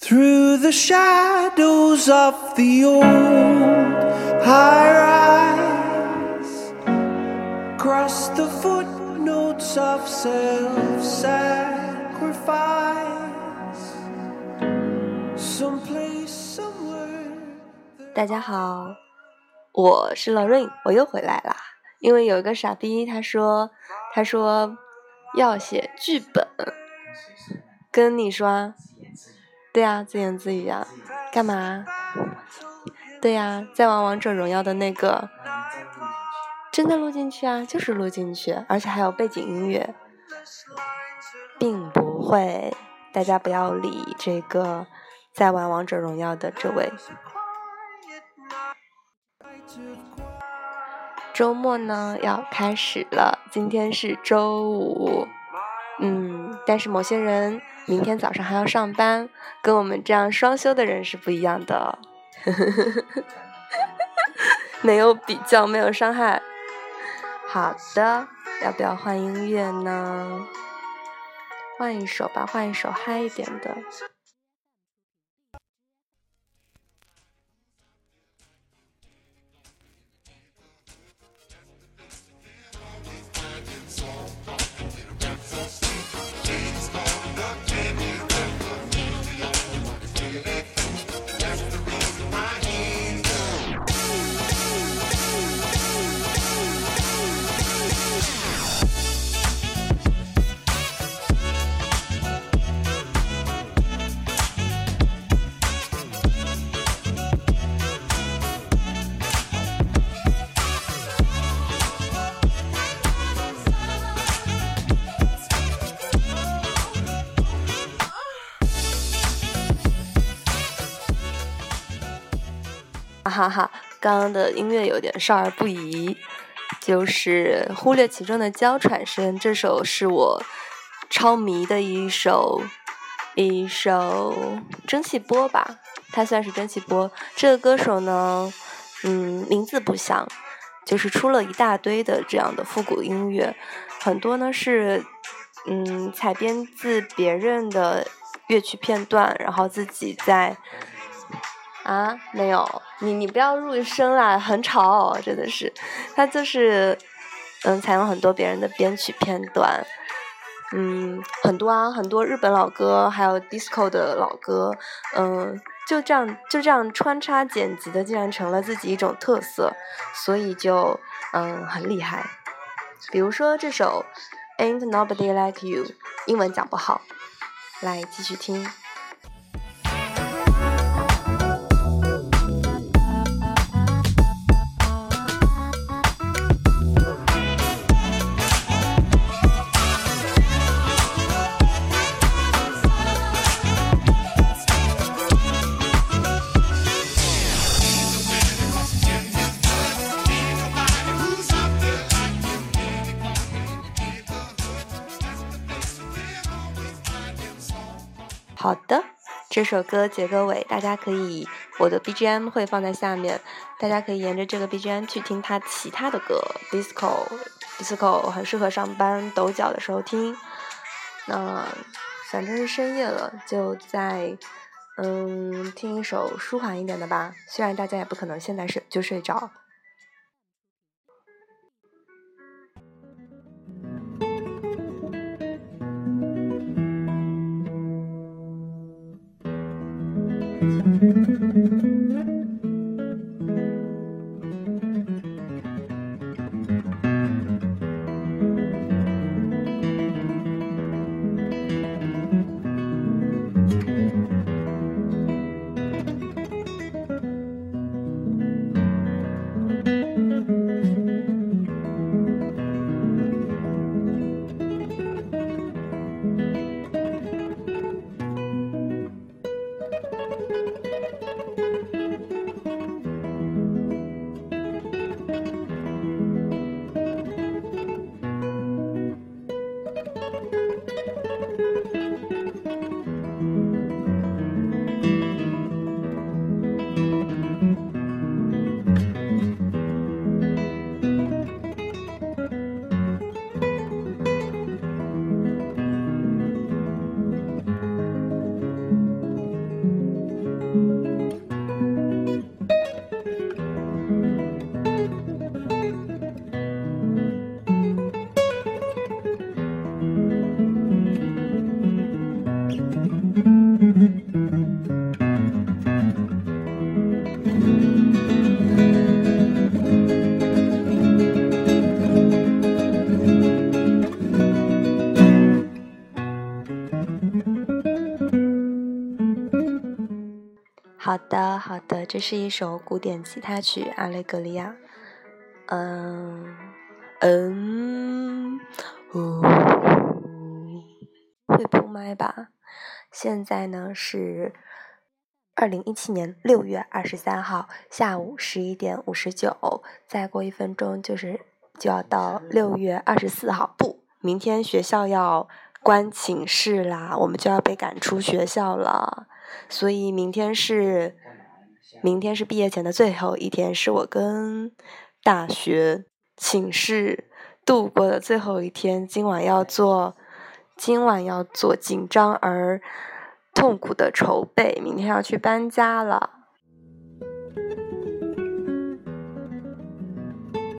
Through the shadows of the old high-rise, cross the footnotes of self-sacrifice, someplace, somewhere. 大家好，我是 Lorraine， 我又回来啦。因为有一个傻逼，他说要写剧本，跟你说，对啊，自言自语啊，干嘛？对啊，在玩王者荣耀的那个，真的录进去啊，就是录进去，而且还有背景音乐，并不会，大家不要理这个在玩王者荣耀的这位。周末呢要开始了，今天是周五，但是某些人明天早上还要上班，跟我们这样双休的人是不一样的。没有比较，没有伤害。好的，要不要换音乐呢？换一首吧，换一首嗨一点的。哈哈，刚刚的音乐有点少儿不宜，就是忽略其中的娇喘声。这首是我超迷的一首蒸汽波吧，它算是蒸汽波。这个歌手呢，名字不详，就是出了一大堆的这样的复古音乐，很多呢是采编自别人的乐曲片段，然后自己在。啊，没有，你不要入声啦，很吵哦，真的是。他就是采用很多别人的编曲片段，很多日本老歌，还有 disco 的老歌，就这样穿插剪辑的，竟然成了自己一种特色，所以就很厉害。比如说这首 Ain't Nobody Like You， 英文讲不好，来继续听。好的，这首歌结个尾，大家可以，我的 BGM 会放在下面，大家可以沿着这个 BGM 去听他其他的歌 ，disco 很适合上班抖脚的时候听。那反正是深夜了，就在听一首舒缓一点的吧，虽然大家也不可能现在就睡着。 好的，好的，这是一首古典吉他曲《阿雷格利亚》。会铺麦吧？现在呢是2017年6月23号下午11点59，再过1分钟就要到6月24号。不，明天学校要关寝室啦，我们就要被赶出学校了。所以明天是毕业前的最后一天，是我跟大学寝室度过的最后一天。今晚要做紧张而痛苦的筹备，明天要去搬家了。